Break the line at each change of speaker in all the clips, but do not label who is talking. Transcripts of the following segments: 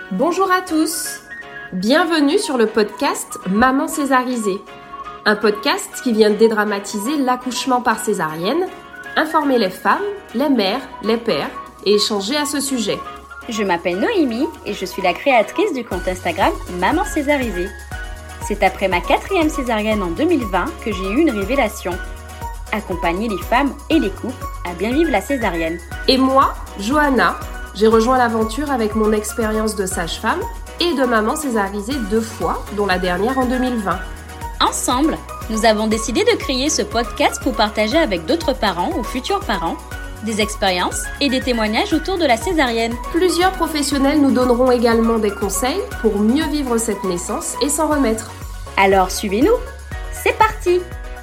Bonjour à tous, bienvenue sur le podcast Maman césarisée, un podcast qui vient dédramatiser l'accouchement par césarienne, informer les femmes, les mères, les pères et échanger à ce sujet.
Je m'appelle Noémie et je suis la créatrice du compte Instagram Maman césarisée. C'est après ma 4e césarienne en 2020 que j'ai eu une révélation. Accompagner les femmes et les couples à bien vivre la césarienne.
Et moi, Johanna, j'ai rejoint l'aventure avec mon expérience de sage-femme et de maman césarisée 2 fois, dont la dernière en 2020.
Ensemble, nous avons décidé de créer ce podcast pour partager avec d'autres parents ou futurs parents des expériences et des témoignages autour de la césarienne.
Plusieurs professionnels nous donneront également des conseils pour mieux vivre cette naissance et s'en remettre.
Alors suivez-nous, c'est parti!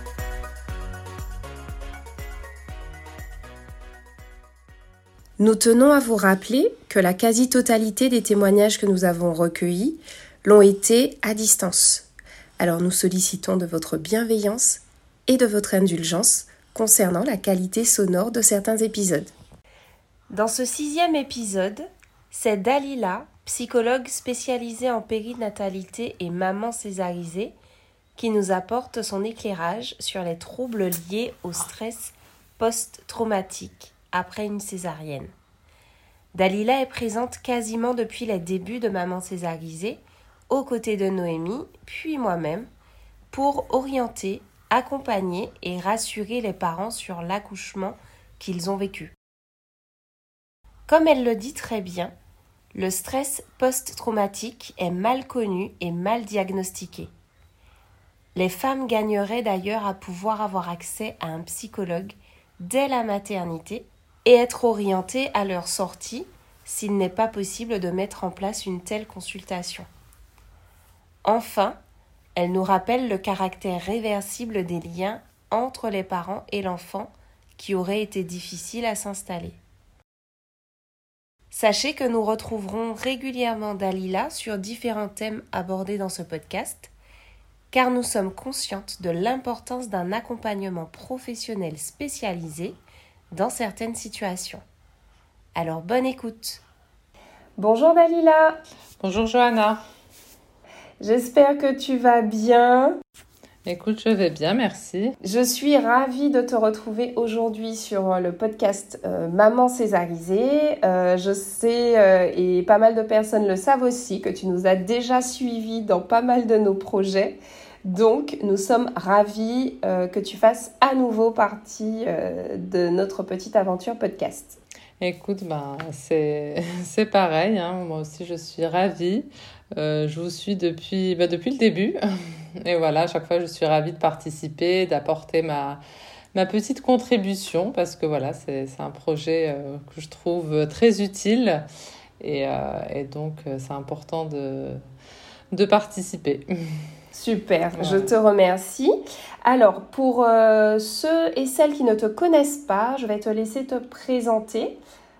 Nous tenons à vous rappeler que la quasi-totalité des témoignages que nous avons recueillis l'ont été à distance. Alors nous sollicitons de votre bienveillance et de votre indulgence concernant la qualité sonore de certains épisodes. Dans ce 6e épisode, c'est Dalila, psychologue spécialisée en périnatalité et maman césarisée, qui nous apporte son éclairage sur les troubles liés au stress post-traumatique après une césarienne. Dalila est présente quasiment depuis les débuts de maman césarisée, aux côtés de Noémie, puis moi-même, pour orienter, accompagner et rassurer les parents sur l'accouchement qu'ils ont vécu. Comme elle le dit très bien, le stress post-traumatique est mal connu et mal diagnostiqué. Les femmes gagneraient d'ailleurs à pouvoir avoir accès à un psychologue dès la maternité et être orientées à leur sortie s'il n'est pas possible de mettre en place une telle consultation. Enfin, elle nous rappelle le caractère réversible des liens entre les parents et l'enfant qui aurait été difficile à s'installer. Sachez que nous retrouverons régulièrement Dalila sur différents thèmes abordés dans ce podcast, car nous sommes conscientes de l'importance d'un accompagnement professionnel spécialisé dans certaines situations. Alors bonne écoute. Bonjour Dalila.
Bonjour Johanna.
J'espère que tu vas bien.
Écoute, je vais bien, merci.
Je suis ravie de te retrouver aujourd'hui sur le podcast Maman césarisée. Je sais, et pas mal de personnes le savent aussi, que tu nous as déjà suivis dans pas mal de nos projets. Donc, nous sommes ravis que tu fasses à nouveau partie de notre petite aventure podcast.
Écoute, c'est pareil, hein. Moi aussi je suis ravie. Je vous suis depuis le début. Et voilà, à chaque fois je suis ravie de participer, d'apporter ma petite contribution parce que voilà, c'est un projet que je trouve très utile et donc c'est important de participer.
Super, ouais. Je te remercie. Alors, pour ceux et celles qui ne te connaissent pas, je vais te laisser te présenter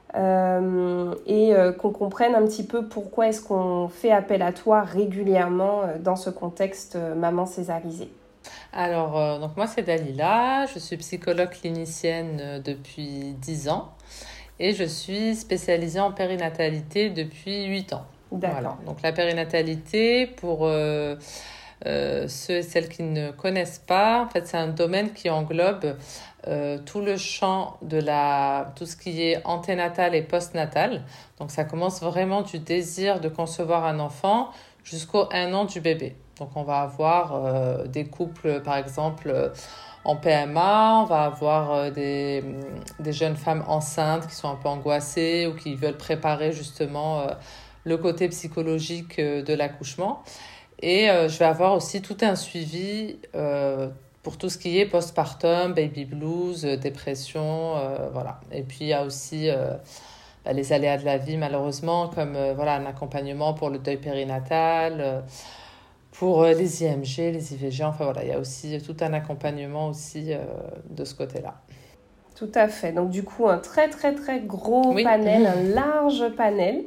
et qu'on comprenne un petit peu pourquoi est-ce qu'on fait appel à toi régulièrement dans ce contexte maman césarisée.
Alors, donc moi c'est Dalila, je suis psychologue clinicienne depuis 10 ans et je suis spécialisée en périnatalité depuis 8 ans.
D'accord.
Voilà. Donc la périnatalité, pour ceux et celles qui ne connaissent pas, en fait, c'est un domaine qui englobe tout le champ de tout ce qui est anténatal et postnatal. Donc, ça commence vraiment du désir de concevoir un enfant jusqu'au 1 an du bébé. Donc, on va avoir des couples, par exemple, en PMA, on va avoir des jeunes femmes enceintes qui sont un peu angoissées ou qui veulent préparer justement le côté psychologique de l'accouchement. Et je vais avoir aussi tout un suivi pour tout ce qui est postpartum, baby blues, dépression, voilà. Et puis il y a aussi les aléas de la vie malheureusement, comme un accompagnement pour le deuil périnatal, pour les IMG, les IVG, enfin voilà, il y a aussi tout un accompagnement aussi de ce côté-là.
Tout à fait. Donc du coup, un très très très gros panel, un large panel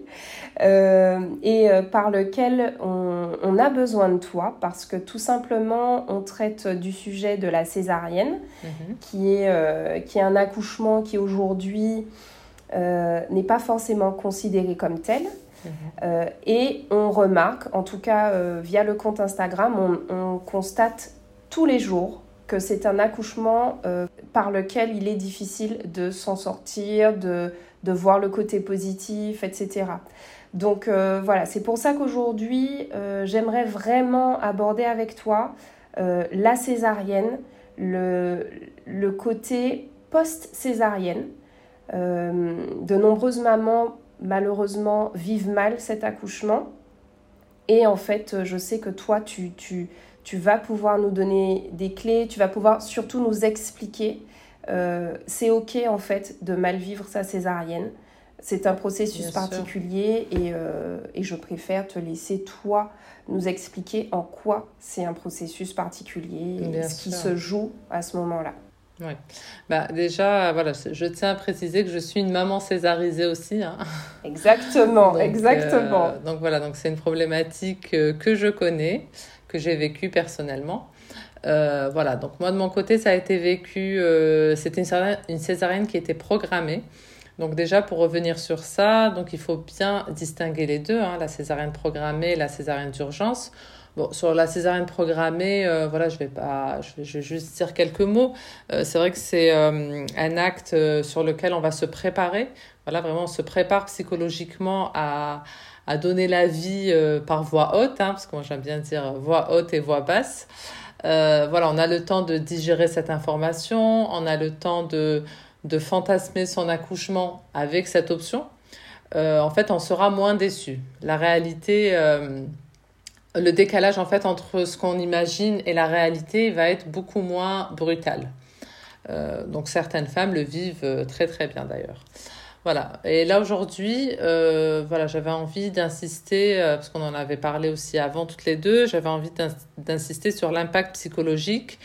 par lequel on a besoin de toi parce que tout simplement, on traite du sujet de la césarienne qui est un accouchement qui aujourd'hui n'est pas forcément considéré comme tel. Et on remarque, en tout cas via le compte Instagram, on constate tous les jours que c'est un accouchement par lequel il est difficile de s'en sortir, de voir le côté positif, etc. Donc voilà, c'est pour ça qu'aujourd'hui, j'aimerais vraiment aborder avec toi la césarienne, le côté post-césarienne. De nombreuses mamans, malheureusement, vivent mal cet accouchement. Et en fait, je sais que toi, tu vas pouvoir nous donner des clés, tu vas pouvoir surtout nous expliquer. C'est OK, en fait, de mal vivre sa césarienne. C'est un processus particulier et je préfère te laisser, toi, nous expliquer en quoi c'est un processus particulier et ce qui se joue à ce moment-là.
Oui. Déjà, voilà, je tiens à préciser que je suis une maman césarisée aussi. Hein.
Exactement, exactement.
Donc voilà, donc c'est une problématique que je connais, que j'ai vécue personnellement. Voilà, donc moi de mon côté, ça a été vécu, c'était une césarienne qui était programmée. Donc déjà, pour revenir sur ça, donc il faut bien distinguer les deux, hein, la césarienne programmée et la césarienne d'urgence. Bon, sur la césarienne programmée, voilà, je vais juste dire quelques mots. C'est vrai que c'est un acte sur lequel on va se préparer. Voilà, vraiment, on se prépare psychologiquement à donner la vie par voix haute, hein, parce que moi, j'aime bien dire voix haute et voix basse. Voilà, on a le temps de digérer cette information, on a le temps de fantasmer son accouchement avec cette option. En fait, on sera moins déçu. La réalité... le décalage en fait entre ce qu'on imagine et la réalité va être beaucoup moins brutal. Donc certaines femmes le vivent très très bien d'ailleurs. Voilà. Et là aujourd'hui, voilà, j'avais envie d'insister, parce qu'on en avait parlé aussi avant toutes les deux, j'avais envie d'insister sur l'impact psychologique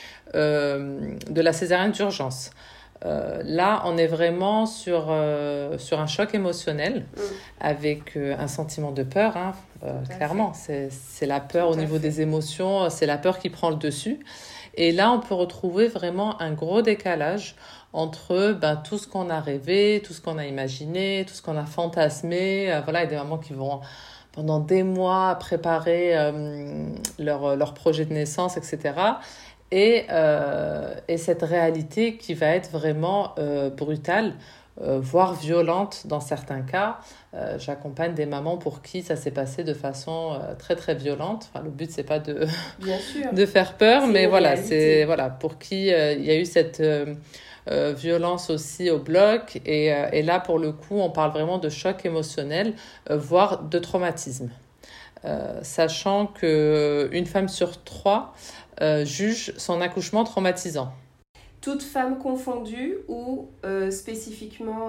de la césarienne d'urgence. Là, on est vraiment sur un choc émotionnel avec un sentiment de peur, hein, clairement. C'est la peur au niveau des émotions, c'est la peur qui prend le dessus. Et là, on peut retrouver vraiment un gros décalage entre tout ce qu'on a rêvé, tout ce qu'on a imaginé, tout ce qu'on a fantasmé. Voilà, il y a des mamans qui vont pendant des mois préparer leur projet de naissance, etc. Et cette réalité qui va être vraiment brutale, voire violente dans certains cas. J'accompagne des mamans pour qui ça s'est passé de façon très très violente. Enfin, le but c'est pas de faire peur, mais voilà, c'est pour qui il y a eu cette violence aussi au bloc. Et là pour le coup, on parle vraiment de choc émotionnel, voire de traumatisme. Sachant qu'une femme sur 3 juge son accouchement traumatisant.
Toute femme confondue ou spécifiquement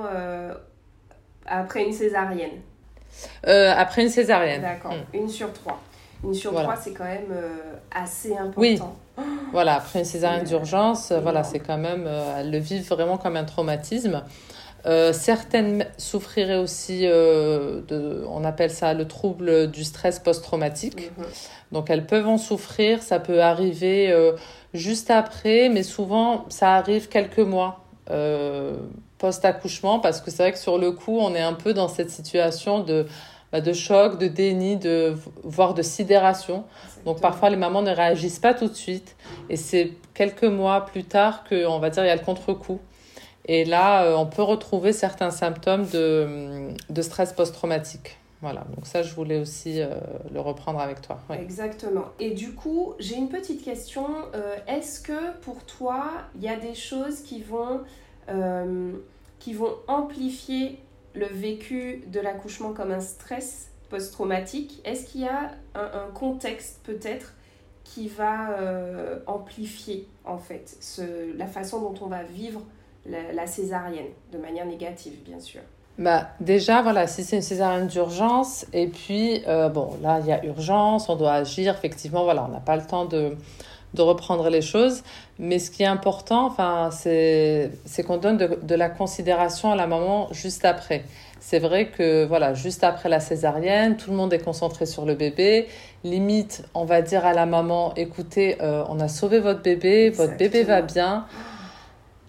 après une césarienne?
Après une césarienne.
D'accord, 1 sur 3. 1 sur 3, c'est quand même assez important.
Oui, voilà, après une césarienne d'urgence, voilà, c'est quand même, elles le vivent vraiment comme un traumatisme. Certaines souffriraient aussi on appelle ça le trouble du stress post-traumatique. Donc elles peuvent en souffrir, ça peut arriver juste après, mais souvent ça arrive quelques mois post-accouchement, parce que c'est vrai que sur le coup on est un peu dans cette situation de choc, de déni, voire de sidération. Donc parfois les mamans ne réagissent pas tout de suite et c'est quelques mois plus tard qu'on va dire il y a le contre-coup. Et là, on peut retrouver certains symptômes de stress post-traumatique. Voilà, donc ça, je voulais aussi le reprendre avec toi. Oui.
Exactement. Et du coup, j'ai une petite question. Est-ce que pour toi, il y a des choses qui vont amplifier le vécu de l'accouchement comme un stress post-traumatique? Est-ce qu'il y a un contexte peut-être qui va amplifier en fait la façon dont on va vivre la césarienne, de manière négative, bien sûr?
Déjà, voilà, si c'est une césarienne d'urgence, et puis, là, il y a urgence, on doit agir, effectivement, voilà, on n'a pas le temps de reprendre les choses, mais ce qui est important, c'est qu'on donne de la considération à la maman juste après. C'est vrai que, voilà, juste après la césarienne, tout le monde est concentré sur le bébé. Limite, on va dire à la maman, écoutez, on a sauvé votre bébé va bien.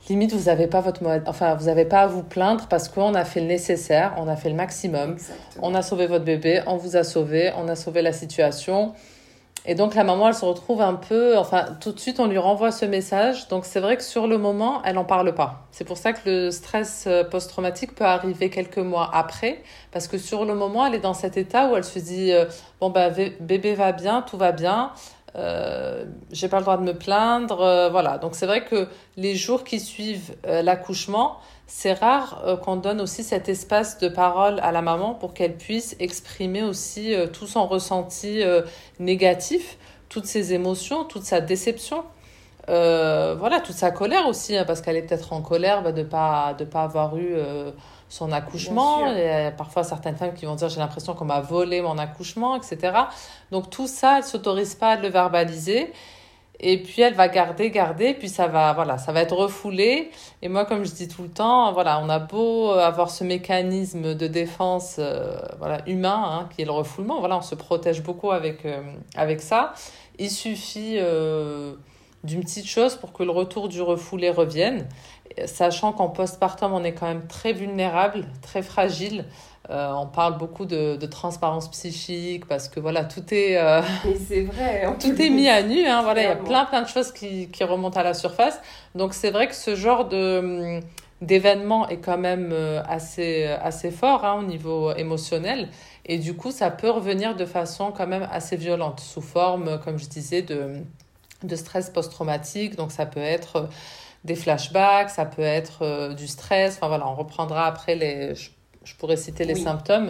limite, vous n'avez pas vous avez pas à vous plaindre parce qu'on a fait le nécessaire, on a fait le maximum.
Exactement.
On a sauvé votre bébé, on vous a sauvé, on a sauvé la situation. Et donc, la maman, elle se retrouve un peu... tout de suite, on lui renvoie ce message. Donc, c'est vrai que sur le moment, elle n'en parle pas. C'est pour ça que le stress post-traumatique peut arriver quelques mois après. Parce que sur le moment, elle est dans cet état où elle se dit bébé va bien, tout va bien. J'ai pas le droit de me plaindre. Voilà. Donc, c'est vrai que les jours qui suivent l'accouchement, c'est rare qu'on donne aussi cet espace de parole à la maman pour qu'elle puisse exprimer aussi tout son ressenti négatif, toutes ses émotions, toute sa déception, toute sa colère aussi, hein, parce qu'elle est peut-être en colère de pas avoir eu son accouchement. Et parfois, certaines femmes qui vont dire « j'ai l'impression qu'on m'a volé mon accouchement », etc. Donc tout ça, elle ne s'autorise pas à le verbaliser. Et puis, elle va garder, puis ça va être refoulé. Et moi, comme je dis tout le temps, on a beau avoir ce mécanisme de défense humain, hein, qui est le refoulement. On se protège beaucoup avec ça. Il suffit d'une petite chose pour que le retour du refoulé revienne, sachant qu'en postpartum, on est quand même très vulnérable, très fragile. On parle beaucoup de transparence psychique parce que tout est
mais c'est vrai,
tout est mis à nu, hein, il y a plein de choses qui remontent à la surface. Donc c'est vrai que ce genre d'événement est quand même assez fort, hein, au niveau émotionnel, et du coup ça peut revenir de façon quand même assez violente sous forme, comme je disais, de stress post-traumatique. Donc ça peut être des flashbacks, ça peut être du stress. On reprendra après je pourrais citer les symptômes.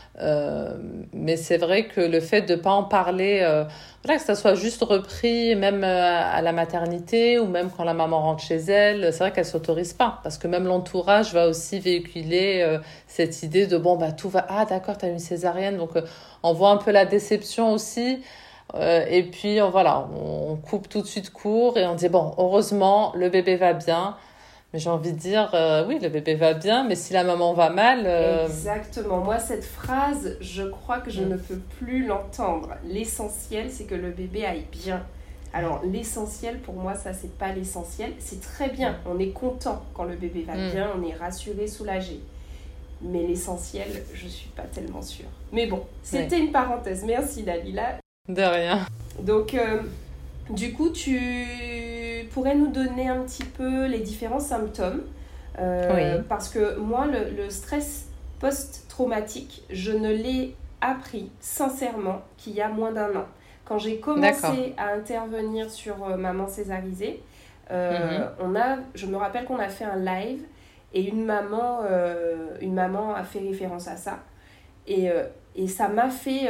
Mais c'est vrai que le fait de ne pas en parler, que ça soit juste repris même à la maternité ou même quand la maman rentre chez elle, c'est vrai qu'elle ne s'autorise pas. Parce que même l'entourage va aussi véhiculer cette idée de tout va... Ah d'accord, tu as eu une césarienne. Donc on voit un peu la déception aussi. Et puis on coupe tout de suite court et on dit heureusement, le bébé va bien. Mais j'ai envie de dire, oui, le bébé va bien, mais si la maman va mal...
Exactement. Moi, cette phrase, je crois que je ne peux plus l'entendre. L'essentiel, c'est que le bébé aille bien. Alors, l'essentiel, pour moi, ça, c'est pas l'essentiel. C'est très bien. On est content quand le bébé va bien, on est rassuré, soulagé. Mais l'essentiel, je suis pas tellement sûre. Mais bon, c'était une parenthèse. Merci, Dalila.
De rien.
Donc, du coup, tu pourrais nous donner un petit peu les différents symptômes parce que moi, le stress post-traumatique, je ne l'ai appris sincèrement qu'il y a moins d'1 an. Quand j'ai commencé à intervenir sur Maman Césarisée, je me rappelle qu'on a fait un live et une maman a fait référence à ça. Et ça m'a fait,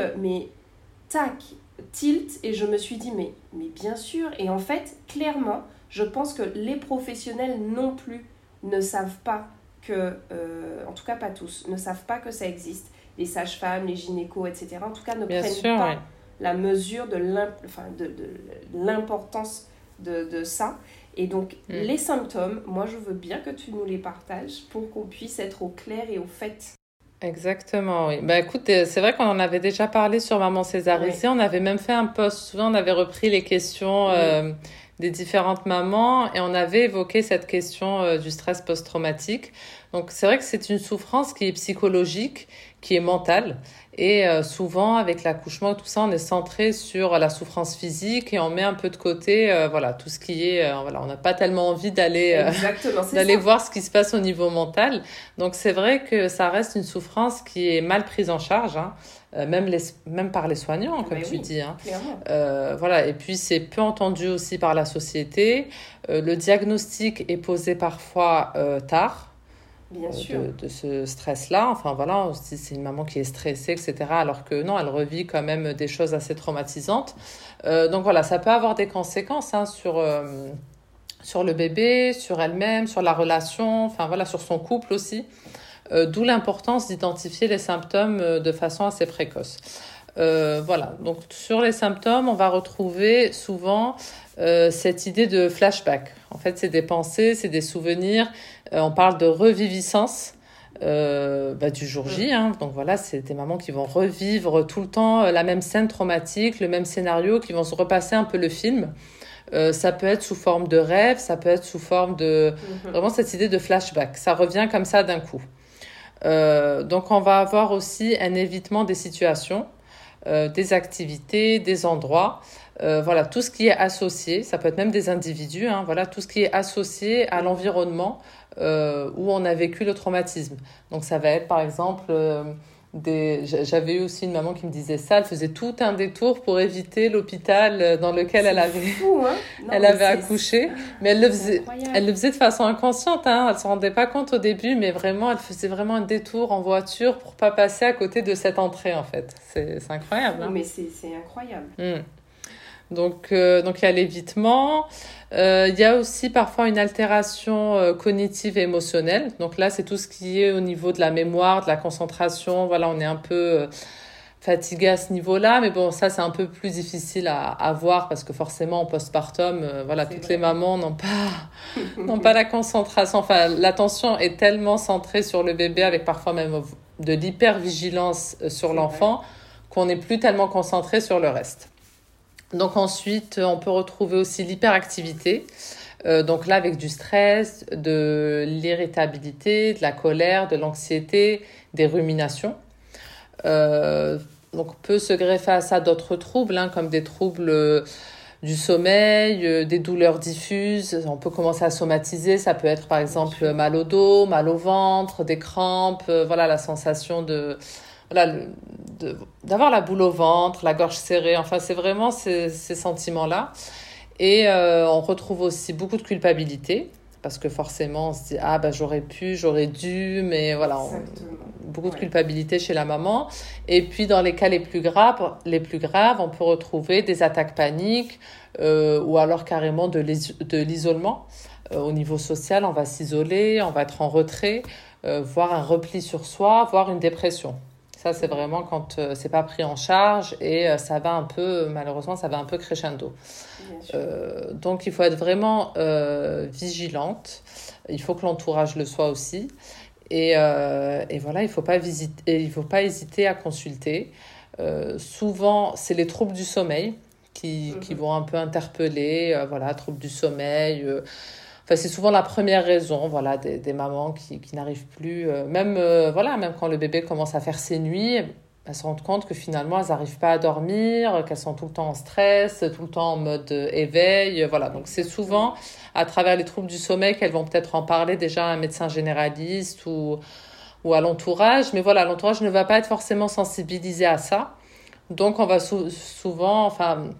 tilt, et je me suis dit mais bien sûr. Et en fait, clairement, je pense que les professionnels non plus ne savent pas que, en tout cas pas tous, ne savent pas que ça existe. Les sages-femmes, les gynécos, etc. en tout cas ne prennent pas la mesure de l'importance de ça. Et donc les symptômes, moi je veux bien que tu nous les partages pour qu'on puisse être au clair et au fait.
Exactement, oui. Écoute, c'est vrai qu'on en avait déjà parlé sur Maman Césarisée. On avait même fait un post. Souvent, on avait repris les questions des différentes mamans et on avait évoqué cette question du stress post-traumatique. Donc, c'est vrai que c'est une souffrance qui est psychologique, qui est mentale. Et souvent, avec l'accouchement et tout ça, on est centré sur la souffrance physique et on met un peu de côté tout ce qui est... on n'a pas tellement envie d'aller voir ce qui se passe au niveau mental. Donc, c'est vrai que ça reste une souffrance qui est mal prise en charge, hein, même par les soignants, comme tu dis. Hein. Et puis, c'est peu entendu aussi par la société. Le diagnostic est posé parfois tard.
Bien sûr.
De ce stress-là. On se dit c'est une maman qui est stressée, etc. Alors que non, elle revit quand même des choses assez traumatisantes. Donc ça peut avoir des conséquences sur le bébé, sur elle-même, sur la relation, sur son couple aussi. D'où l'importance d'identifier les symptômes de façon assez précoce. Donc sur les symptômes, on va retrouver souvent cette idée de flashback. En fait, c'est des pensées, c'est des souvenirs. On parle de reviviscence du jour J. Hein. Donc c'est des mamans qui vont revivre tout le temps la même scène traumatique, le même scénario, qui vont se repasser un peu le film. Ça peut être sous forme de rêve, ça peut être sous forme de... Vraiment cette idée de flashback. Ça revient comme ça d'un coup. Donc, on va avoir aussi un évitement des situations, des activités, des endroits. Voilà, tout ce qui est associé, ça peut être même des individus, hein, voilà, tout ce qui est associé à l'environnement où on a vécu le traumatisme. Donc, ça va être, par exemple... J'avais eu aussi une maman qui me disait ça, elle faisait tout un détour pour éviter l'hôpital dans lequel elle avait accouché, mais elle le faisait de façon inconsciente, hein, elle ne se rendait pas compte au début, mais vraiment elle faisait vraiment un détour en voiture pour pas passer à côté de cette entrée en fait. C'est incroyable. Hein.
Mais c'est incroyable.
Donc il y a l'évitement. Il y a aussi parfois une altération cognitive et émotionnelle. Donc là, c'est tout ce qui est au niveau de la mémoire, de la concentration. Voilà, on est un peu fatigué à ce niveau-là. Mais bon, ça, c'est un peu plus difficile à voir parce que forcément, en postpartum, les mamans n'ont pas la concentration. Enfin, l'attention est tellement centrée sur le bébé avec parfois même de l'hypervigilance sur l'enfant qu'on n'est plus tellement concentré sur le reste. Donc ensuite, on peut retrouver aussi l'hyperactivité. Donc là, avec du stress, de l'irritabilité, de la colère, de l'anxiété, des ruminations. Donc peut se greffer à ça d'autres troubles, hein, comme des troubles du sommeil, des douleurs diffuses. On peut commencer à somatiser. Ça peut être par exemple mal au dos, mal au ventre, des crampes. La sensation d'avoir la boule au ventre, la gorge serrée, enfin c'est vraiment ces sentiments-là. Et on retrouve aussi beaucoup de culpabilité, parce que forcément on se dit j'aurais pu, j'aurais dû, mais voilà, beaucoup de culpabilité chez la maman. Et puis dans les cas les plus graves, on peut retrouver des attaques paniques ou alors carrément de l'isolement. Au niveau social, on va s'isoler, on va être en retrait, voire un repli sur soi, voire une dépression. Ça, c'est vraiment quand c'est pas pris en charge et malheureusement, ça va un peu crescendo. Donc, il faut être vraiment vigilante. Il faut que l'entourage le soit aussi. Et voilà, il faut pas hésiter à consulter. Souvent, c'est les troubles du sommeil qui vont un peu interpeller. Troubles du sommeil. C'est souvent la première raison, des mamans qui n'arrivent plus, même quand le bébé commence à faire ses nuits, elles se rendent compte que finalement elles n'arrivent pas à dormir, qu'elles sont tout le temps en stress, tout le temps en mode éveil, Donc c'est souvent à travers les troubles du sommeil qu'elles vont peut-être en parler déjà à un médecin généraliste ou à l'entourage, mais l'entourage ne va pas être forcément sensibilisé à ça. Donc on va souvent,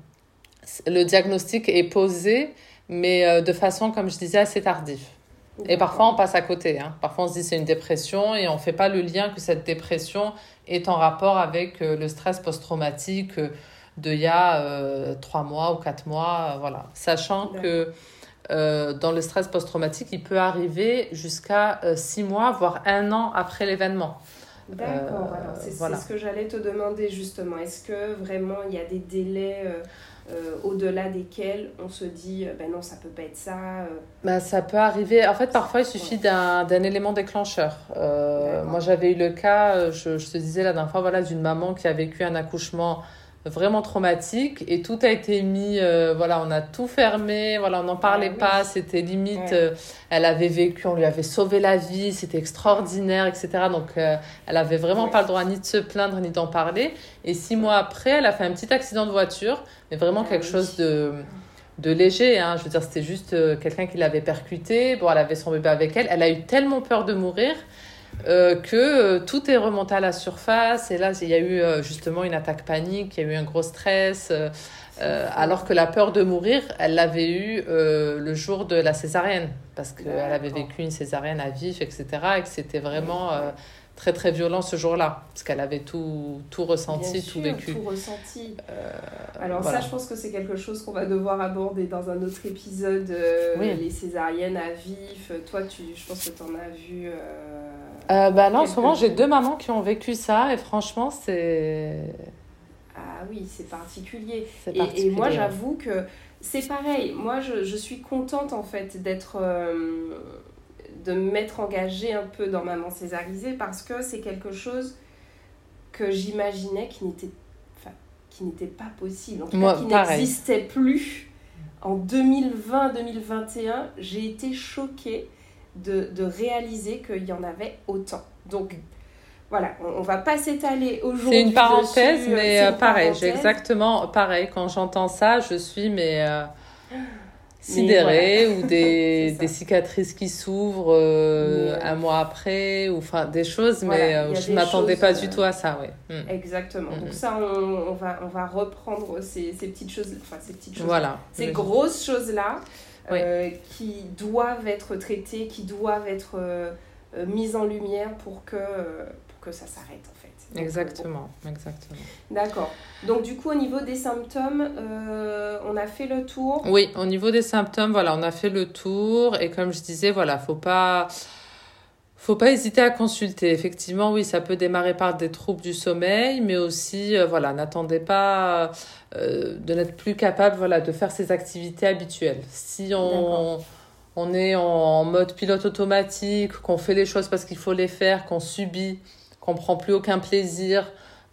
le diagnostic est posé, mais de façon, comme je disais, assez tardive. Et parfois, on passe à côté. Hein. Parfois, on se dit c'est une dépression et on ne fait pas le lien que cette dépression est en rapport avec le stress post-traumatique d'il y a 3 mois ou 4 mois. Sachant que dans le stress post-traumatique, il peut arriver jusqu'à 6 mois, voire 1 an après l'événement.
D'accord. Alors, c'est ce que j'allais te demander justement. Est-ce que vraiment, il y a des délais... au-delà desquels on se dit non, ça peut pas être ça.
Ça peut arriver. En fait, parfois, il suffit d'un élément déclencheur. Moi, j'avais eu le cas, je te disais la dernière fois, d'une maman qui a vécu un accouchement vraiment traumatique et tout a été mis, on a tout fermé, on n'en parlait pas, c'était limite, elle avait vécu, on lui avait sauvé la vie, c'était extraordinaire, etc. Donc, elle avait vraiment pas le droit ni de se plaindre, ni d'en parler. Et 6 mois après, elle a fait un petit accident de voiture, mais vraiment quelque chose de léger, hein. Je veux dire, c'était juste quelqu'un qui l'avait percuté. Bon, elle avait son bébé avec elle. Elle a eu tellement peur de mourir que tout est remonté à la surface. Et là, il y a eu justement une attaque panique, il y a eu un gros stress. Alors que la peur de mourir, elle l'avait eu le jour de la césarienne. Parce qu'elle avait vécu une césarienne à vif, etc. Et que c'était vraiment... très très violent ce jour-là, parce qu'elle avait tout ressenti, tout vécu.
Tout ressenti. Alors ça, je pense que c'est quelque chose qu'on va devoir aborder dans un autre épisode, les césariennes à vif. Toi, je pense que tu en as vu...
là, en ce moment, j'ai 2 mamans qui ont vécu ça, et franchement, c'est...
Ah oui, c'est particulier. Et moi, j'avoue que c'est pareil. Moi, je suis contente, en fait, de m'être engagée un peu dans Maman Césarisée parce que c'est quelque chose que j'imaginais qui n'était pas possible, en tout cas qui n'existait plus En 2020-2021, j'ai été choquée de réaliser qu'il y en avait autant. Donc, voilà, on va pas s'étaler aujourd'hui.
C'est une parenthèse,
dessus,
mais
c'est une
pareil,
parenthèse.
j'ai exactement pareil. Quand j'entends ça, je suis sidérée,
voilà.
ou des cicatrices qui s'ouvrent un mois après, ou enfin des choses,
voilà,
mais je ne m'attendais pas du tout à ça, oui.
Exactement. Donc ça, on va reprendre ces petites choses,
Voilà.
ces grosses choses-là qui doivent être traitées, qui doivent être mises en lumière pour que ça s'arrête en fait. Donc,
Exactement.
D'accord. Donc du coup, au niveau des symptômes, on a fait le tour.
Oui, au niveau des symptômes, voilà, on a fait le tour. Et comme je disais, voilà, faut pas hésiter à consulter. Effectivement, oui, ça peut démarrer par des troubles du sommeil, mais aussi, voilà, n'attendez pas de n'être plus capable, voilà, de faire ses activités habituelles. Si on est en mode pilote automatique, qu'on fait les choses parce qu'il faut les faire, qu'on subit, qu'on prend plus aucun plaisir,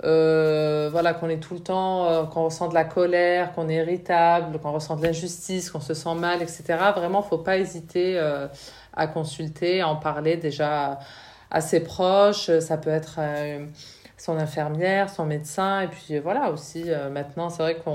voilà, qu'on est tout le temps, qu'on ressent de la colère, qu'on est irritable, qu'on ressent de l'injustice, qu'on se sent mal, etc. Vraiment, faut pas hésiter à consulter, à en parler déjà à ses proches. Ça peut être son infirmière, son médecin, et puis voilà aussi. Maintenant, c'est vrai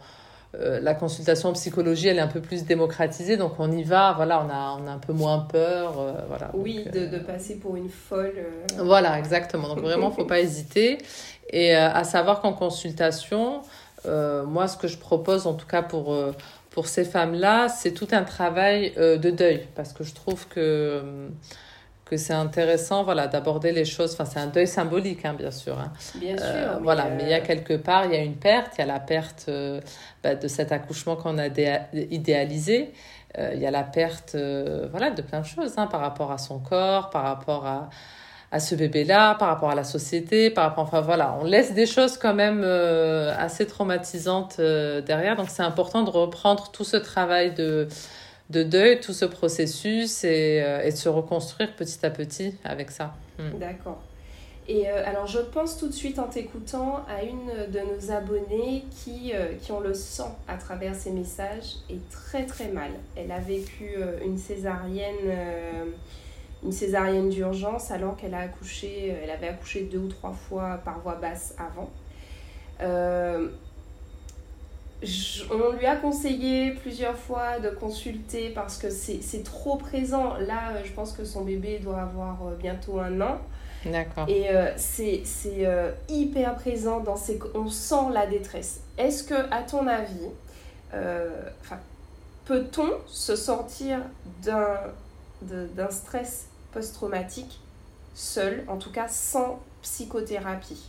la consultation en psychologie, elle est un peu plus démocratisée, donc on y va, voilà, on a un peu moins peur, voilà.
Oui,
donc,
de passer pour une folle.
Voilà, exactement. Donc vraiment, faut pas hésiter. Et à savoir qu'en consultation, moi, ce que je propose, en tout cas pour ces femmes-là, c'est tout un travail de deuil, parce que je trouve que c'est intéressant, voilà, d'aborder les choses. Enfin, c'est un deuil symbolique, hein, bien sûr. Hein.
Bien sûr.
Voilà, mais il y a quelque part, il y a une perte. Il y a la perte de cet accouchement qu'on a idéalisé. Il y a la perte, voilà, de plein de choses, hein, par rapport à son corps, par rapport à ce bébé-là, par rapport à la société, enfin voilà, on laisse des choses quand même assez traumatisantes derrière. Donc c'est important de reprendre tout ce travail de deuil, tout ce processus et de se reconstruire petit à petit avec ça.
D'accord. Et alors je pense tout de suite en t'écoutant à une de nos abonnées qui on le sent à travers ses messages, est très très mal. Elle a vécu une césarienne d'urgence alors qu'elle elle avait accouché 2 ou 3 fois par voie basse avant. On lui a conseillé plusieurs fois de consulter parce que c'est trop présent. Là, je pense que son bébé doit avoir bientôt 1 an.
D'accord.
Et c'est hyper présent, on sent la détresse. Est-ce que, à ton avis, peut-on se sortir d'un stress post-traumatique seul, en tout cas sans psychothérapie?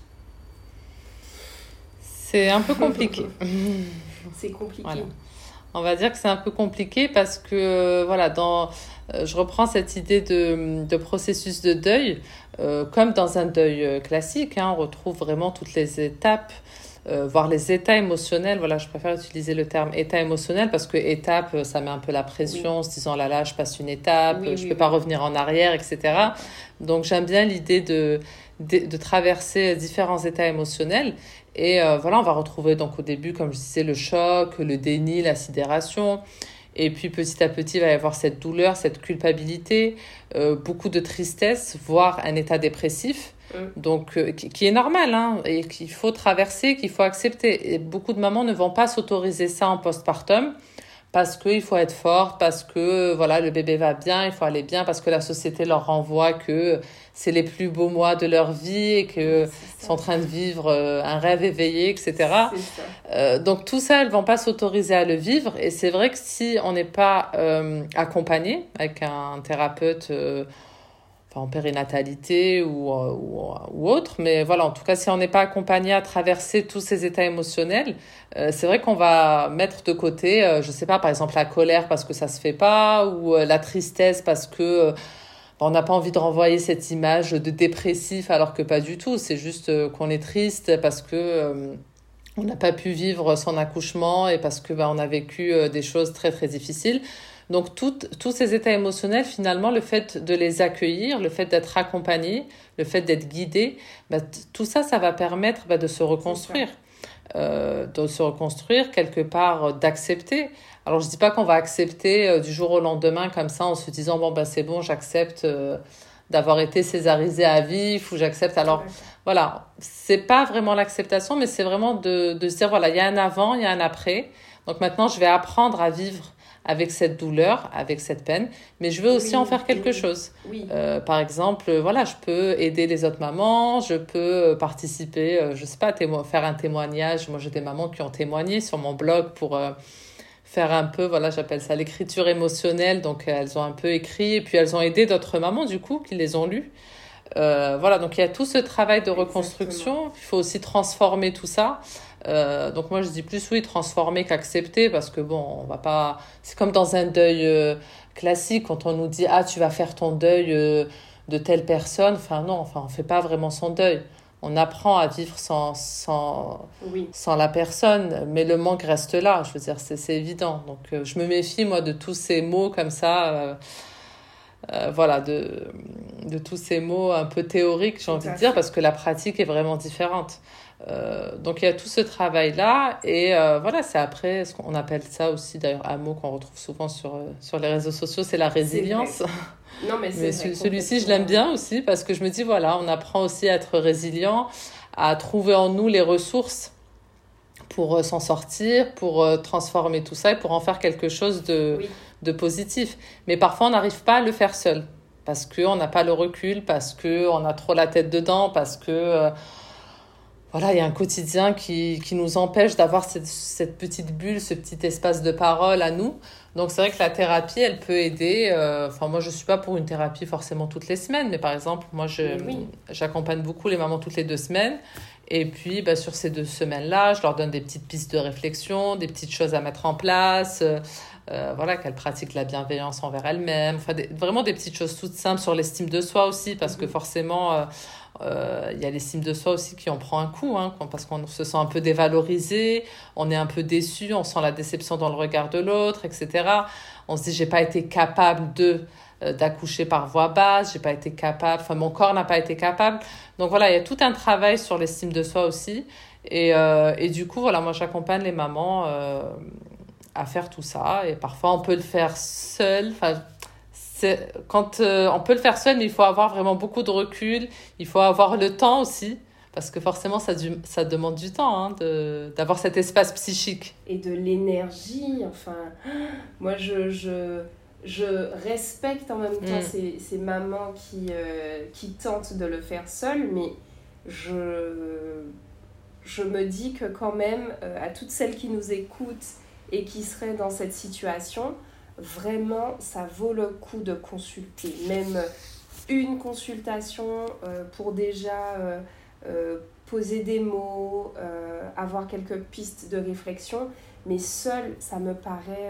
C'est un peu compliqué.
C'est compliqué.
Voilà. On va dire que c'est un peu compliqué parce que, voilà, je reprends cette idée de processus de deuil. Comme dans un deuil classique, hein, on retrouve vraiment toutes les étapes, voire les états émotionnels. Voilà, je préfère utiliser le terme état émotionnel parce que étape, ça met un peu la pression, en se disant là, je passe une étape, je peux pas revenir en arrière, etc. Donc, j'aime bien l'idée de traverser différents états émotionnels. Et voilà, on va retrouver donc au début, comme je disais, le choc, le déni, la sidération. Et puis petit à petit, il va y avoir cette douleur, cette culpabilité, beaucoup de tristesse, voire un état dépressif. Donc, qui est normal, hein, et qu'il faut traverser, qu'il faut accepter. Et beaucoup de mamans ne vont pas s'autoriser ça en postpartum parce qu'il faut être forte, parce que voilà, le bébé va bien, il faut aller bien, parce que la société leur renvoie que c'est les plus beaux mois de leur vie et qu'ils sont en train de vivre un rêve éveillé, etc. Donc tout ça, elles ne vont pas s'autoriser à le vivre. Et c'est vrai que si on n'est pas accompagné avec un thérapeute en périnatalité ou autre, mais voilà, en tout cas, si on n'est pas accompagné à traverser tous ces états émotionnels, c'est vrai qu'on va mettre de côté, je sais pas, par exemple la colère parce que ça se fait pas, ou la tristesse parce que on n'a pas envie de renvoyer cette image de dépressif alors que pas du tout, c'est juste qu'on est triste parce que on n'a pas pu vivre son accouchement et parce que on a vécu des choses très très difficiles. Donc, tous ces états émotionnels, finalement, le fait de les accueillir, le fait d'être accompagné, le fait d'être guidé, tout ça, ça va permettre de se reconstruire. de se reconstruire, quelque part d'accepter. Alors je dis pas qu'on va accepter du jour au lendemain comme ça en se disant bon ben c'est bon, j'accepte d'avoir été césarisée à vif ou j'accepte. Alors voilà, c'est pas vraiment l'acceptation, mais c'est vraiment de se dire voilà, il y a un avant, il y a un après. Donc maintenant je vais apprendre à vivre avec cette douleur, avec cette peine, mais je veux aussi en faire quelque chose. Par exemple, voilà, je peux aider les autres mamans, je peux participer, je sais pas, faire un témoignage. Moi, j'ai des mamans qui ont témoigné sur mon blog pour faire un peu, voilà, j'appelle ça l'écriture émotionnelle. Donc, elles ont un peu écrit et puis elles ont aidé d'autres mamans, du coup, qui les ont lues. Voilà, donc il y a tout ce travail de reconstruction. Exactement. Il faut aussi transformer tout ça. Donc moi je dis plus oui transformer qu'accepter parce que bon on va pas, c'est comme dans un deuil classique quand on nous dit ah tu vas faire ton deuil de telle personne, enfin non, enfin on fait pas vraiment son deuil, on apprend à vivre sans la personne, mais le manque reste là, je veux dire c'est évident. Donc je me méfie moi de tous ces mots comme ça voilà, de tous ces mots un peu théoriques, j'ai envie de dire, parce que la pratique est vraiment différente. Donc il y a tout ce travail-là et voilà, c'est après, ce qu'on appelle ça aussi, d'ailleurs un mot qu'on retrouve souvent sur les réseaux sociaux, c'est la résilience.
Non, mais
celui-ci, je l'aime bien aussi parce que je me dis, voilà, on apprend aussi à être résilient, à trouver en nous les ressources pour s'en sortir, pour transformer tout ça et pour en faire quelque chose de positif. Mais parfois, on n'arrive pas à le faire seul parce qu'on n'a pas le recul, parce qu'on a trop la tête dedans, parce que voilà, il y a un quotidien qui nous empêche d'avoir cette petite bulle, ce petit espace de parole à nous. Donc, c'est vrai que la thérapie, elle peut aider. Enfin, moi, je ne suis pas pour une thérapie forcément toutes les semaines, mais par exemple, moi, j'accompagne beaucoup les mamans toutes les 2 semaines. Et puis, bah, sur ces 2 semaines-là, je leur donne des petites pistes de réflexion, des petites choses à mettre en place, voilà, qu'elles pratiquent la bienveillance envers elles-mêmes. Enfin, vraiment des petites choses toutes simples sur l'estime de soi aussi, parce que forcément, il y a l'estime de soi aussi qui en prend un coup, hein, parce qu'on se sent un peu dévalorisé, on est un peu déçu, on sent la déception dans le regard de l'autre, etc. On se dit, j'ai pas été capable d'accoucher par voie basse, j'ai pas été capable, enfin mon corps n'a pas été capable. Donc voilà, il y a tout un travail sur l'estime de soi aussi. Et du coup, voilà, moi j'accompagne les mamans à faire tout ça. Et parfois on peut le faire seul. Enfin, on peut le faire seul, mais il faut avoir vraiment beaucoup de recul. Il faut avoir le temps aussi. Parce que forcément, ça demande du temps hein, d'avoir cet espace psychique.
Et de l'énergie. Enfin, moi je respecte en même temps ces mamans qui tentent de le faire seules, mais je me dis que quand même, à toutes celles qui nous écoutent et qui seraient dans cette situation, vraiment, ça vaut le coup de consulter. Même une consultation pour déjà poser des mots, avoir quelques pistes de réflexion, mais seule, ça me paraît...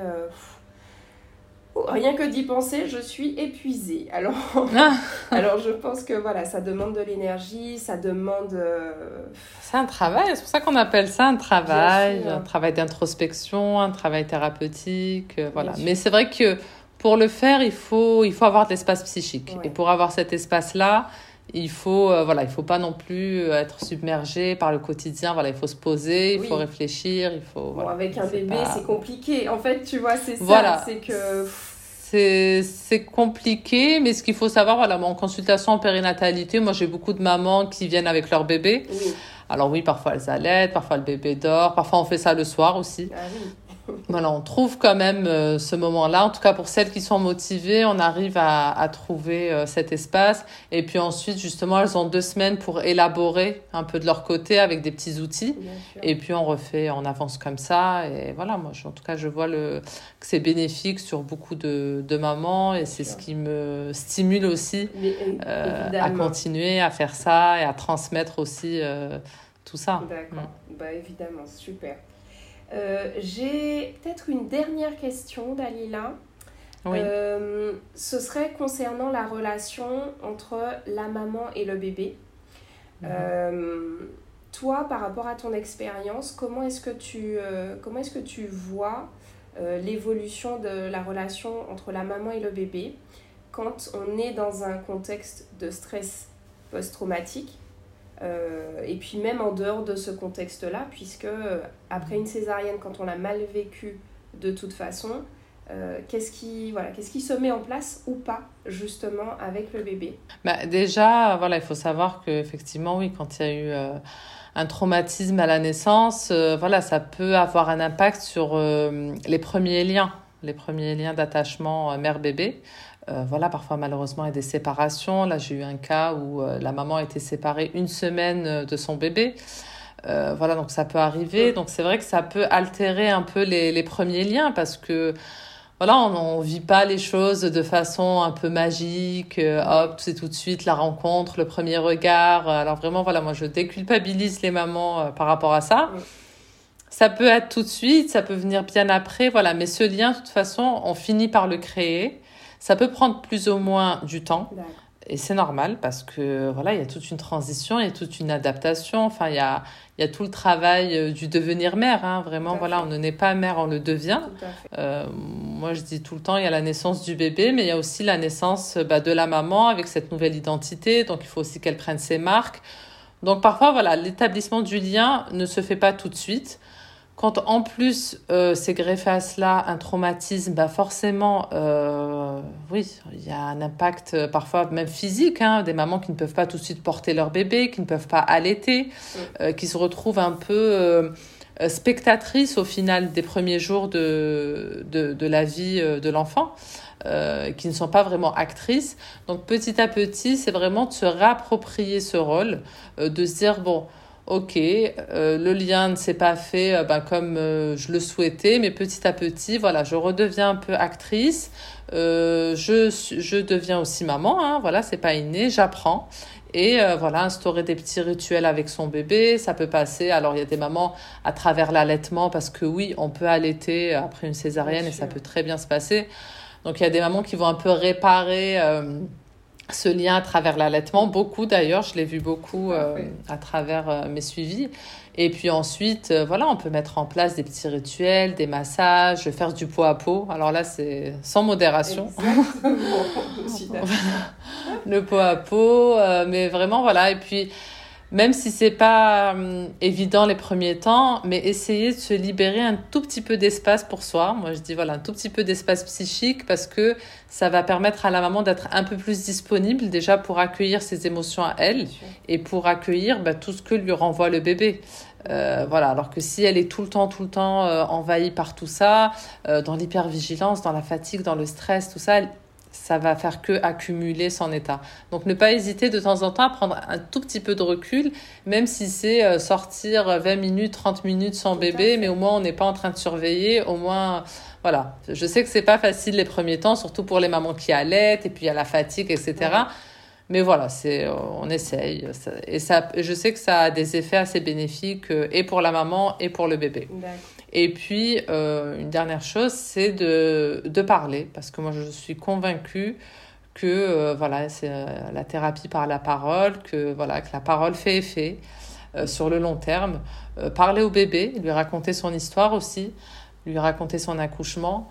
rien que d'y penser, je suis épuisée. Alors je pense que voilà, ça demande de l'énergie, ça demande...
C'est un travail, c'est pour ça qu'on appelle ça un travail d'introspection, un travail thérapeutique, voilà. Mais c'est vrai que pour le faire, il faut avoir de l'espace psychique. Ouais. Et pour avoir cet espace-là, il faut pas non plus être submergé par le quotidien. Voilà, il faut se poser, il faut réfléchir, il faut. Voilà,
avec un bébé, c'est compliqué. En fait, tu vois, c'est ça, c'est que.
C'est compliqué, mais ce qu'il faut savoir, voilà, en consultation en périnatalité, moi j'ai beaucoup de mamans qui viennent avec leur bébé. Oui. Alors oui, parfois elles allaitent, parfois le bébé dort, parfois on fait ça le soir aussi. Ah oui. Voilà, on trouve quand même ce moment-là. En tout cas, pour celles qui sont motivées, on arrive à trouver cet espace. Et puis ensuite, justement, elles ont 2 semaines pour élaborer un peu de leur côté avec des petits outils. Et puis on avance comme ça. Et voilà, moi, en tout cas, je vois que c'est bénéfique sur beaucoup de mamans. Et c'est ce qui me stimule aussi à continuer à faire ça et à transmettre aussi tout ça.
D'accord, bah, évidemment, super. J'ai peut-être une dernière question, Dalila. Oui. Ce serait concernant la relation entre la maman et le bébé. Toi, par rapport à ton expérience, comment est-ce que tu vois l'évolution de la relation entre la maman et le bébé quand on est dans un contexte de stress post-traumatique Et puis même en dehors de ce contexte-là, puisque après une césarienne, quand on l'a mal vécu de toute façon, qu'est-ce qui se met en place ou pas justement avec le bébé?
Déjà, il faut savoir qu'effectivement, oui, quand il y a eu un traumatisme à la naissance, ça peut avoir un impact sur les premiers liens d'attachement mère-bébé. Parfois malheureusement il y a des séparations. Là j'ai eu un cas où la maman a été séparée 1 semaine de son bébé. Donc ça peut arriver. Donc c'est vrai que ça peut altérer un peu les premiers liens parce que on vit pas les choses de façon un peu magique. Hop, c'est tout de suite la rencontre, le premier regard. Alors vraiment moi je déculpabilise les mamans par rapport à ça. Ça peut être tout de suite, ça peut venir bien après. Mais ce lien de toute façon on finit par le créer. Ça peut prendre plus ou moins du temps. D'accord. Et c'est normal parce que il y a toute une transition, il y a toute une adaptation. Enfin, il y a tout le travail du devenir mère. Hein. Vraiment, on ne naît pas mère, on le devient. Moi, je dis tout le temps, il y a la naissance du bébé, mais il y a aussi la naissance de la maman avec cette nouvelle identité. Donc, il faut aussi qu'elle prenne ses marques. Donc, parfois, l'établissement du lien ne se fait pas tout de suite. Quand en plus c'est greffé à cela un traumatisme, forcément, il y a un impact parfois même physique, des mamans qui ne peuvent pas tout de suite porter leur bébé, qui ne peuvent pas allaiter, qui se retrouvent un peu spectatrices au final des premiers jours de la vie de l'enfant, qui ne sont pas vraiment actrices. Donc petit à petit, c'est vraiment de se réapproprier ce rôle, de se dire ok, le lien ne s'est pas fait comme je le souhaitais, mais petit à petit, je redeviens un peu actrice, je deviens aussi maman, c'est pas inné, j'apprends. Et instaurer des petits rituels avec son bébé, ça peut passer. Alors, il y a des mamans à travers l'allaitement, parce que oui, on peut allaiter après une césarienne et ça peut très bien se passer. Donc, il y a des mamans qui vont un peu réparer ce lien à travers l'allaitement, beaucoup d'ailleurs, je l'ai vu beaucoup à travers mes suivis. Et puis ensuite, on peut mettre en place des petits rituels, des massages, faire du pot à pot. Alors là, c'est sans modération.
Exactement.
Le pot à pot, mais vraiment, Et puis, même si c'est pas évident les premiers temps, mais essayer de se libérer un tout petit peu d'espace pour soi. Moi, je dis un tout petit peu d'espace psychique parce que ça va permettre à la maman d'être un peu plus disponible déjà pour accueillir ses émotions à elle et pour accueillir tout ce que lui renvoie le bébé. Alors que si elle est tout le temps envahie par tout ça, dans l'hypervigilance, dans la fatigue, dans le stress, tout ça, ça va faire que accumuler son état. Donc, ne pas hésiter de temps en temps à prendre un tout petit peu de recul, même si c'est sortir 20 minutes, 30 minutes sans bébé, mais au moins on n'est pas en train de surveiller, au moins, Je sais que c'est pas facile les premiers temps, surtout pour les mamans qui allaitent, et puis il y a la fatigue, etc. Mais on essaye. Et je sais que ça a des effets assez bénéfiques, et pour la maman, et pour le bébé. D'accord. Et puis, une dernière chose, c'est de parler, parce que moi, je suis convaincue que c'est la thérapie par la parole, que la parole fait effet sur le long terme. Parler au bébé, lui raconter son histoire aussi, lui raconter son accouchement,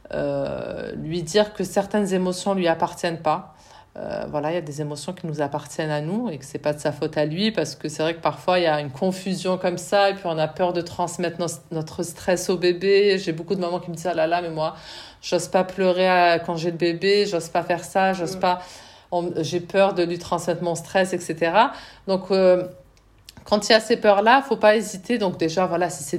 lui dire que certaines émotions ne lui appartiennent pas. Il y a des émotions qui nous appartiennent à nous et que c'est pas de sa faute à lui, parce que c'est vrai que parfois il y a une confusion comme ça et puis on a peur de transmettre notre stress au bébé. J'ai beaucoup de mamans qui me disent mais moi j'ose pas pleurer quand j'ai le bébé, j'ose pas faire ça, j'ai peur de lui transmettre mon stress, etc. Donc quand il y a ces peurs là, faut pas hésiter. Donc déjà si c'est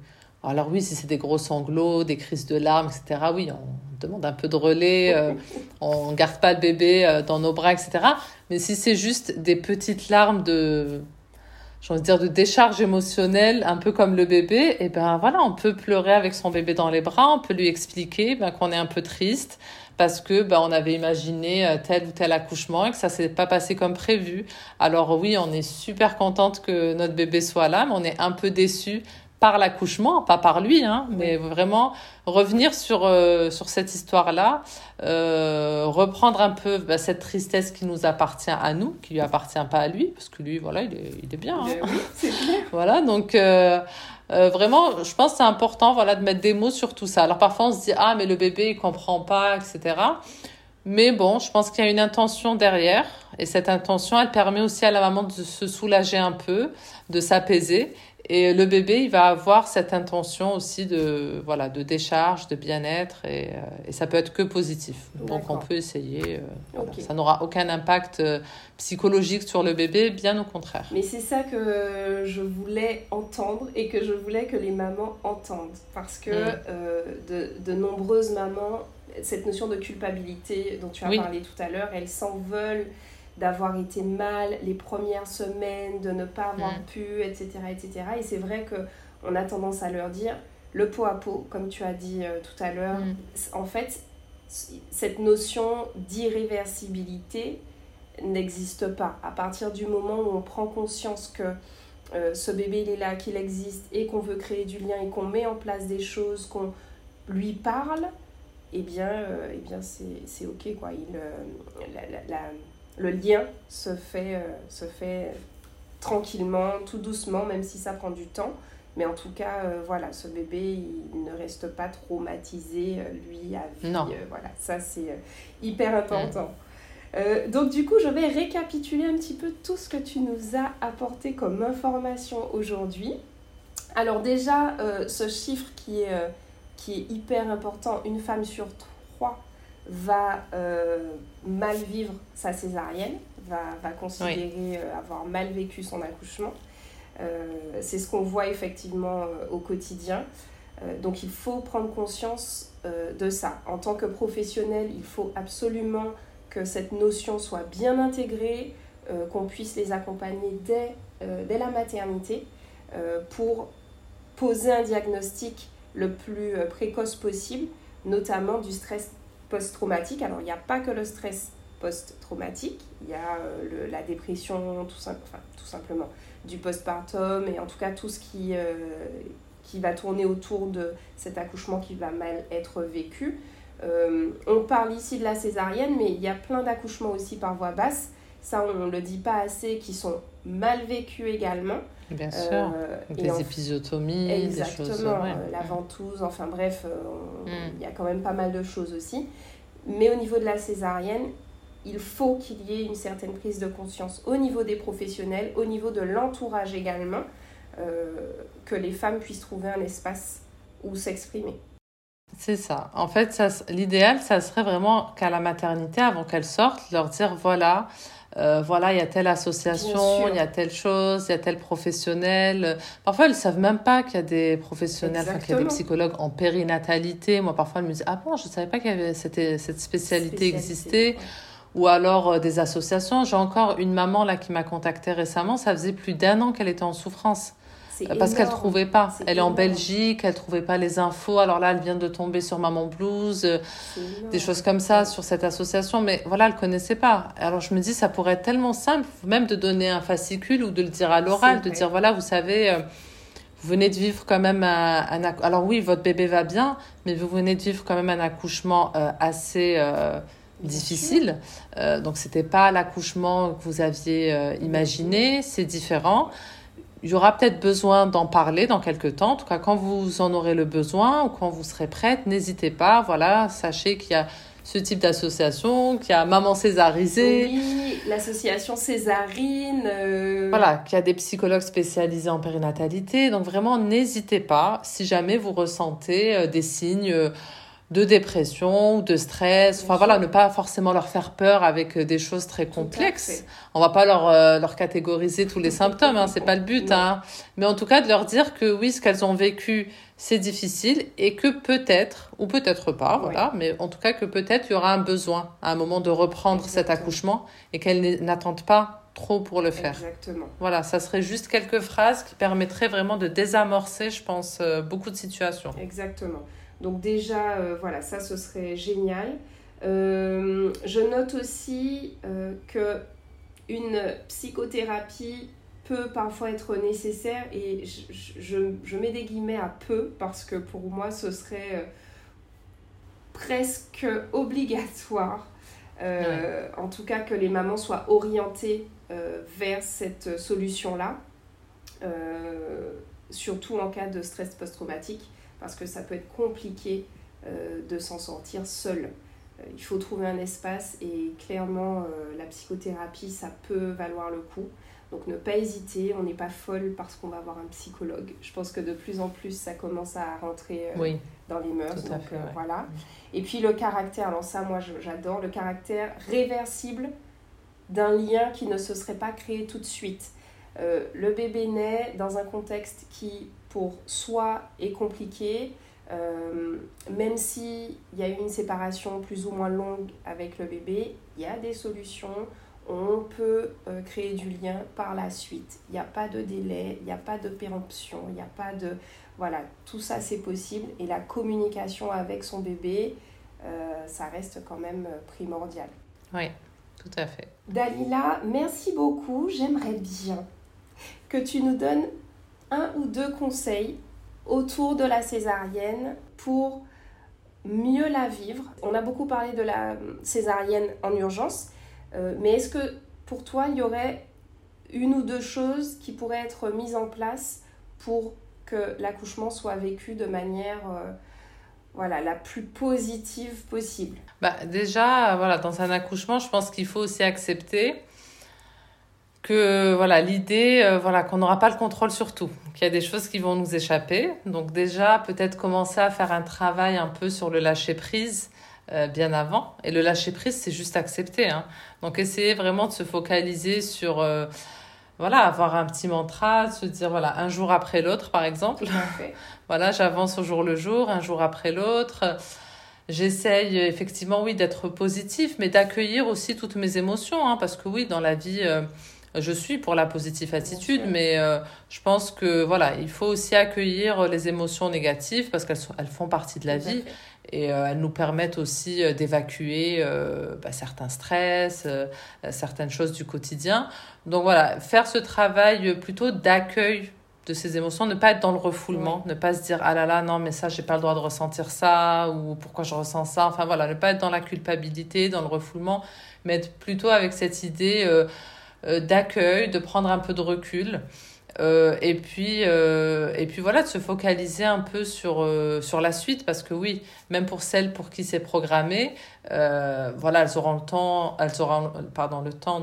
des gros sanglots, des crises de larmes, etc., oui, on demande un peu de relais, on ne garde pas le bébé dans nos bras, etc. Mais si c'est juste des petites larmes de décharge émotionnelle, un peu comme le bébé, on peut pleurer avec son bébé dans les bras, on peut lui expliquer qu'on est un peu triste parce que on avait imaginé tel ou tel accouchement et que ça s'est pas passé comme prévu. Alors oui, on est super contente que notre bébé soit là, mais on est un peu déçus par l'accouchement, pas par lui, mais vraiment revenir sur cette histoire-là, reprendre un peu cette tristesse qui nous appartient à nous, qui lui appartient pas à lui, parce que lui, il est bien.
Oui, c'est clair.
Donc vraiment, je pense que c'est important de mettre des mots sur tout ça. Alors parfois, on se dit « Ah, mais le bébé, il comprend pas, etc. » Mais bon, je pense qu'il y a une intention derrière. Et cette intention, elle permet aussi à la maman de se soulager un peu, de s'apaiser. Et le bébé, il va avoir cette intention aussi de décharge, de bien-être. Et ça peut être que positif. Donc, on peut essayer.
Okay.
Ça n'aura aucun impact psychologique sur le bébé, bien au contraire.
Mais c'est ça que je voulais entendre et que je voulais que les mamans entendent. Parce que de nombreuses mamans, cette notion de culpabilité dont tu as parlé tout à l'heure, elles s'en veulent d'avoir été mal les premières semaines, de ne pas avoir pu, etc., etc. Et c'est vrai qu'on a tendance à leur dire, le pot à pot, comme tu as dit tout à l'heure, en fait, cette notion d'irréversibilité n'existe pas. À partir du moment où on prend conscience que ce bébé, il est là, qu'il existe, et qu'on veut créer du lien, et qu'on met en place des choses, qu'on lui parle, eh bien c'est ok, quoi. Le lien se fait tranquillement, tout doucement, même si ça prend du temps. Mais en tout cas, ce bébé, il ne reste pas traumatisé, lui, à vie.
Non.
Ça, c'est hyper important. Donc, du coup, je vais récapituler un petit peu tout ce que tu nous as apporté comme information aujourd'hui. Alors déjà, ce chiffre qui est hyper important, une femme sur 3 va mal vivre sa césarienne, va considérer avoir mal vécu son accouchement. C'est ce qu'on voit effectivement au quotidien. Donc il faut prendre conscience de ça. En tant que professionnel, il faut absolument que cette notion soit bien intégrée, qu'on puisse les accompagner dès la maternité pour poser un diagnostic le plus précoce possible, notamment du stress post-traumatique. Alors, il n'y a pas que le stress post-traumatique, il y a la dépression, tout simplement, du postpartum, et en tout cas tout ce qui va tourner autour de cet accouchement qui va mal être vécu. On parle ici de la césarienne, mais il y a plein d'accouchements aussi par voie basse. Ça, on ne le dit pas assez, qui sont mal vécus également.
Bien sûr, des épisiotomies,
exactement,
des choses...
la ventouse, enfin bref, il y a quand même pas mal de choses aussi. Mais au niveau de la césarienne, il faut qu'il y ait une certaine prise de conscience au niveau des professionnels, au niveau de l'entourage également, que les femmes puissent trouver un espace où s'exprimer.
C'est ça. En fait, l'idéal, ça serait vraiment qu'à la maternité, avant qu'elles sortent, leur dire voilà, il y a telle association, il y a telle chose, il y a tel professionnel. Parfois, elles ne savent même pas qu'il y a des professionnels, qu'il y a des psychologues en périnatalité. Moi, parfois, elles me disent « Ah bon, je ne savais pas qu'il y avait cette spécialité existait. » Ou alors des associations. J'ai encore une maman là qui m'a contactée récemment. Ça faisait plus d'1 an qu'elle était en souffrance. Parce qu'elle ne trouvait pas. Elle est en Belgique, elle ne trouvait pas les infos. Alors là, elle vient de tomber sur Maman Blues, des choses comme ça sur cette association. Mais voilà, elle ne connaissait pas. Alors je me dis, ça pourrait être tellement simple, même de donner un fascicule ou de le dire à l'oral, de dire, voilà, vous savez, vous venez de vivre quand même alors oui, votre bébé va bien, mais vous venez de vivre quand même un accouchement assez... difficile. Donc, ce n'était pas l'accouchement que vous aviez imaginé. C'est différent. Il y aura peut-être besoin d'en parler dans quelques temps. En tout cas, quand vous en aurez le besoin ou quand vous serez prête, n'hésitez pas. Voilà, sachez qu'il y a ce type d'association, qu'il y a Maman Césarisée.
Oui, l'association Césarine.
Voilà, qu'il y a des psychologues spécialisés en périnatalité. Donc, vraiment, n'hésitez pas si jamais vous ressentez des signes... de dépression ou de stress. Enfin voilà, ne pas forcément leur faire peur avec des choses très complexes. On va pas leur catégoriser tous les symptômes, hein, c'est pas le but. Hein. Mais en tout cas, de leur dire que oui, ce qu'elles ont vécu, c'est difficile et que peut-être, ou peut-être pas, voilà, mais en tout cas que peut-être il y aura un besoin à un moment de reprendre cet accouchement et qu'elles n'attendent pas trop pour le faire.
Exactement.
Voilà, ça serait juste quelques phrases qui permettraient vraiment de désamorcer, je pense, beaucoup de situations.
Exactement. Donc déjà, ça, ce serait génial. Je note aussi qu'une psychothérapie peut parfois être nécessaire et je mets des guillemets à peu parce que pour moi, ce serait presque obligatoire. En tout cas, que les mamans soient orientées vers cette solution-là, surtout en cas de stress post-traumatique. Parce que ça peut être compliqué de s'en sortir seul. il faut trouver un espace et clairement, la psychothérapie, ça peut valoir le coup. Donc ne pas hésiter, on n'est pas folle parce qu'on va voir un psychologue. Je pense que de plus en plus, ça commence à rentrer dans les mœurs.
Tout à fait,
voilà. Et puis le caractère, alors ça, moi, j'adore le caractère réversible d'un lien qui ne se serait pas créé tout de suite. Le bébé naît dans un contexte qui, pour soi, est compliqué. Même s'il y a eu une séparation plus ou moins longue avec le bébé, il y a des solutions. On peut créer du lien par la suite. Il n'y a pas de délai, il n'y a pas de péremption, il n'y a pas de... Voilà, tout ça c'est possible. Et la communication avec son bébé, ça reste quand même primordial.
Oui, tout à fait.
Dalila, merci beaucoup. J'aimerais bien que tu nous donnes 1 ou 2 conseils autour de la césarienne pour mieux la vivre. On a beaucoup parlé de la césarienne en urgence. Mais est-ce que pour toi, il y aurait 1 ou 2 choses qui pourraient être mises en place pour que l'accouchement soit vécu de manière la plus positive possible?
Déjà, dans un accouchement, je pense qu'il faut aussi accepter que l'idée qu'on n'aura pas le contrôle sur tout, qu'il y a des choses qui vont nous échapper. Donc déjà, peut-être commencer à faire un travail un peu sur le lâcher-prise bien avant. Et le lâcher-prise, c'est juste accepter. Donc, essayer vraiment de se focaliser sur, avoir un petit mantra, de se dire, un jour après l'autre, par exemple. J'avance au jour le jour, un jour après l'autre. J'essaye effectivement, d'être positif, mais d'accueillir aussi toutes mes émotions. Parce que dans la vie... je suis pour la positive attitude, mais je pense que il faut aussi accueillir les émotions négatives parce qu'elles font partie de la vie et elles nous permettent aussi d'évacuer certains stress, certaines choses du quotidien. Donc faire ce travail plutôt d'accueil de ces émotions, ne pas être dans le refoulement, ne pas se dire ah là là non mais ça j'ai pas le droit de ressentir ça ou pourquoi je ressens ça, ne pas être dans la culpabilité, dans le refoulement, mais être plutôt avec cette idée d'accueil, de prendre un peu de recul et puis de se focaliser un peu sur la suite parce que même pour celles pour qui c'est programmé elles auront le temps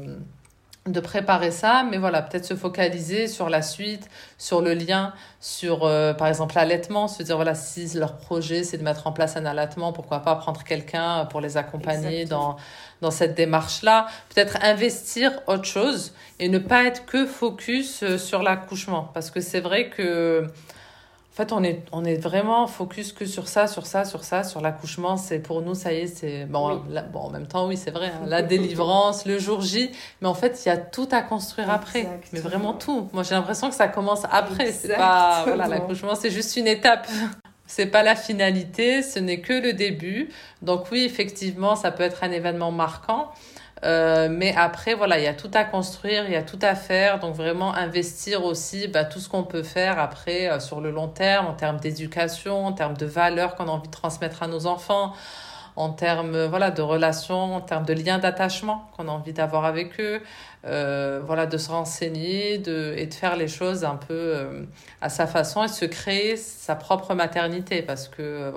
de préparer ça, mais peut-être se focaliser sur la suite, sur le lien, sur par exemple l'allaitement, se dire si leur projet c'est de mettre en place un allaitement, pourquoi pas prendre quelqu'un pour les accompagner dans cette démarche-là, peut-être investir autre chose et ne pas être que focus sur l'accouchement, parce que c'est vrai que en fait, on est vraiment focus que sur l'accouchement. C'est pour nous, ça y est, c'est... en même temps, c'est vrai, la délivrance, le jour J. Mais en fait, il y a tout à construire après. Mais vraiment tout. Moi, j'ai l'impression que ça commence après. C'est pas... l'accouchement, c'est juste une étape. C'est pas la finalité, ce n'est que le début. Donc effectivement, ça peut être un événement marquant. Mais après il y a tout à construire, il y a tout à faire, donc vraiment investir aussi tout ce qu'on peut faire après sur le long terme en termes d'éducation, en termes de valeurs qu'on a envie de transmettre à nos enfants, en termes de relations, en termes de liens d'attachement qu'on a envie d'avoir avec eux, de se renseigner et de faire les choses un peu à sa façon et de se créer sa propre maternité parce que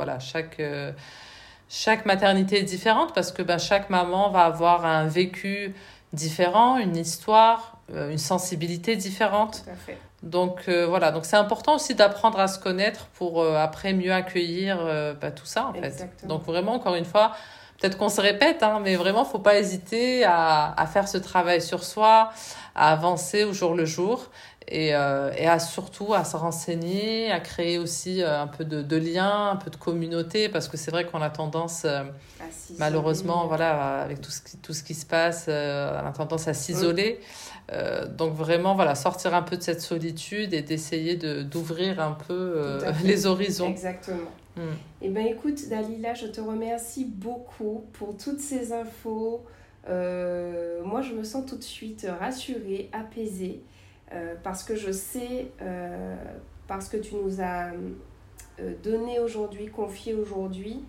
chaque maternité est différente parce que chaque maman va avoir un vécu différent, une histoire, une sensibilité différente.
Tout à fait.
Donc donc c'est important aussi d'apprendre à se connaître pour après mieux accueillir tout ça en fait.
Exactement.
Donc vraiment encore une fois, peut-être qu'on se répète, mais vraiment faut pas hésiter à faire ce travail sur soi, à avancer au jour le jour. Et surtout à se renseigner, à créer aussi un peu de liens, un peu de communauté, parce que c'est vrai qu'on a tendance, malheureusement, avec tout ce qui se passe, on a tendance à s'isoler. Donc vraiment, sortir un peu de cette solitude et d'essayer d'ouvrir un peu les horizons.
Exactement. Eh bien, écoute, Dalila, je te remercie beaucoup pour toutes ces infos. Moi, je me sens tout de suite rassurée, apaisée. Parce que je sais, parce que tu nous as donné aujourd'hui, confié aujourd'hui,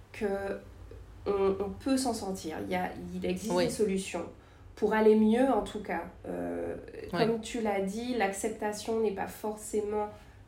qu'on peut s'en sortir. Il existe des solutions pour aller mieux en tout cas. Comme tu l'as dit, l'acceptation n'est pas forcément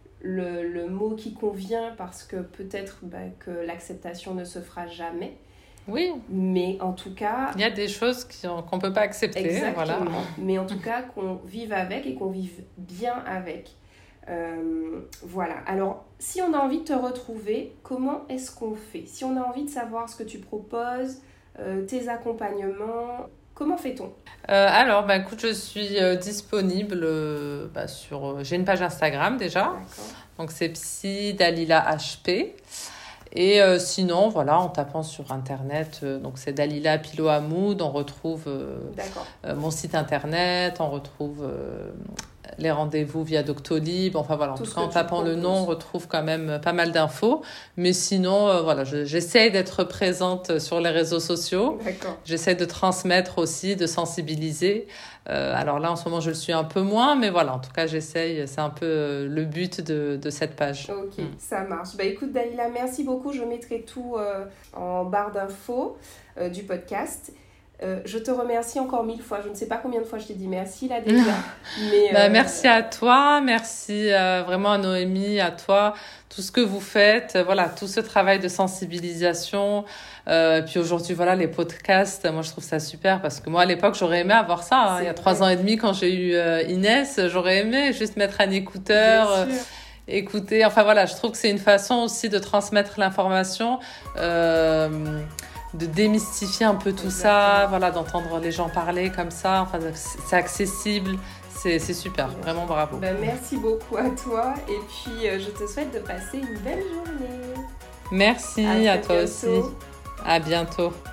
le mot qui convient parce que peut-être que l'acceptation ne se fera jamais.
Oui.
Mais en tout cas...
Il y a des choses qu'on ne peut pas accepter.
Exactement.
Voilà.
Mais en tout cas, qu'on vive avec et qu'on vive bien avec. Voilà. Alors, si on a envie de te retrouver, comment est-ce qu'on fait? Si on a envie de savoir ce que tu proposes, tes accompagnements, comment fait-on?
Alors, écoute, je suis disponible sur... j'ai une page Instagram déjà.
D'accord.
Donc, c'est Psy Dalila HP. Et sinon, voilà, en tapant sur Internet, donc c'est Dalila Pilo Hamoud, on retrouve mon site Internet, on retrouve les rendez-vous via Doctolib. Enfin voilà, en tout cas, en tapant le nom, on retrouve quand même pas mal d'infos. Mais sinon, voilà, j'essaie d'être présente sur les réseaux sociaux.
D'accord.
J'essaie de transmettre aussi, de sensibiliser. Alors là, en ce moment, je le suis un peu moins, mais voilà, en tout cas, j'essaye. C'est un peu le but de cette page.
Ok, ça marche. Écoute, Dalila, merci beaucoup. Je mettrai tout en barre d'infos du podcast. Je te remercie encore 1000 fois. Je ne sais pas combien de fois je t'ai dit merci là déjà. Mais,
merci à toi, merci vraiment à Noémie, à toi, tout ce que vous faites, voilà, tout ce travail de sensibilisation. Puis aujourd'hui, voilà, les podcasts, moi je trouve ça super parce que moi à l'époque, j'aurais aimé avoir ça. Il y a 3 ans et demi quand j'ai eu Inès, j'aurais aimé juste mettre un écouteur, écouter. Enfin voilà, je trouve que c'est une façon aussi de transmettre l'information. De démystifier un peu tout ça, voilà, d'entendre les gens parler comme ça, enfin, c'est accessible, c'est super, vraiment bravo.
Merci beaucoup à toi et puis je te souhaite de passer une belle journée.
Merci à toi aussi, à bientôt.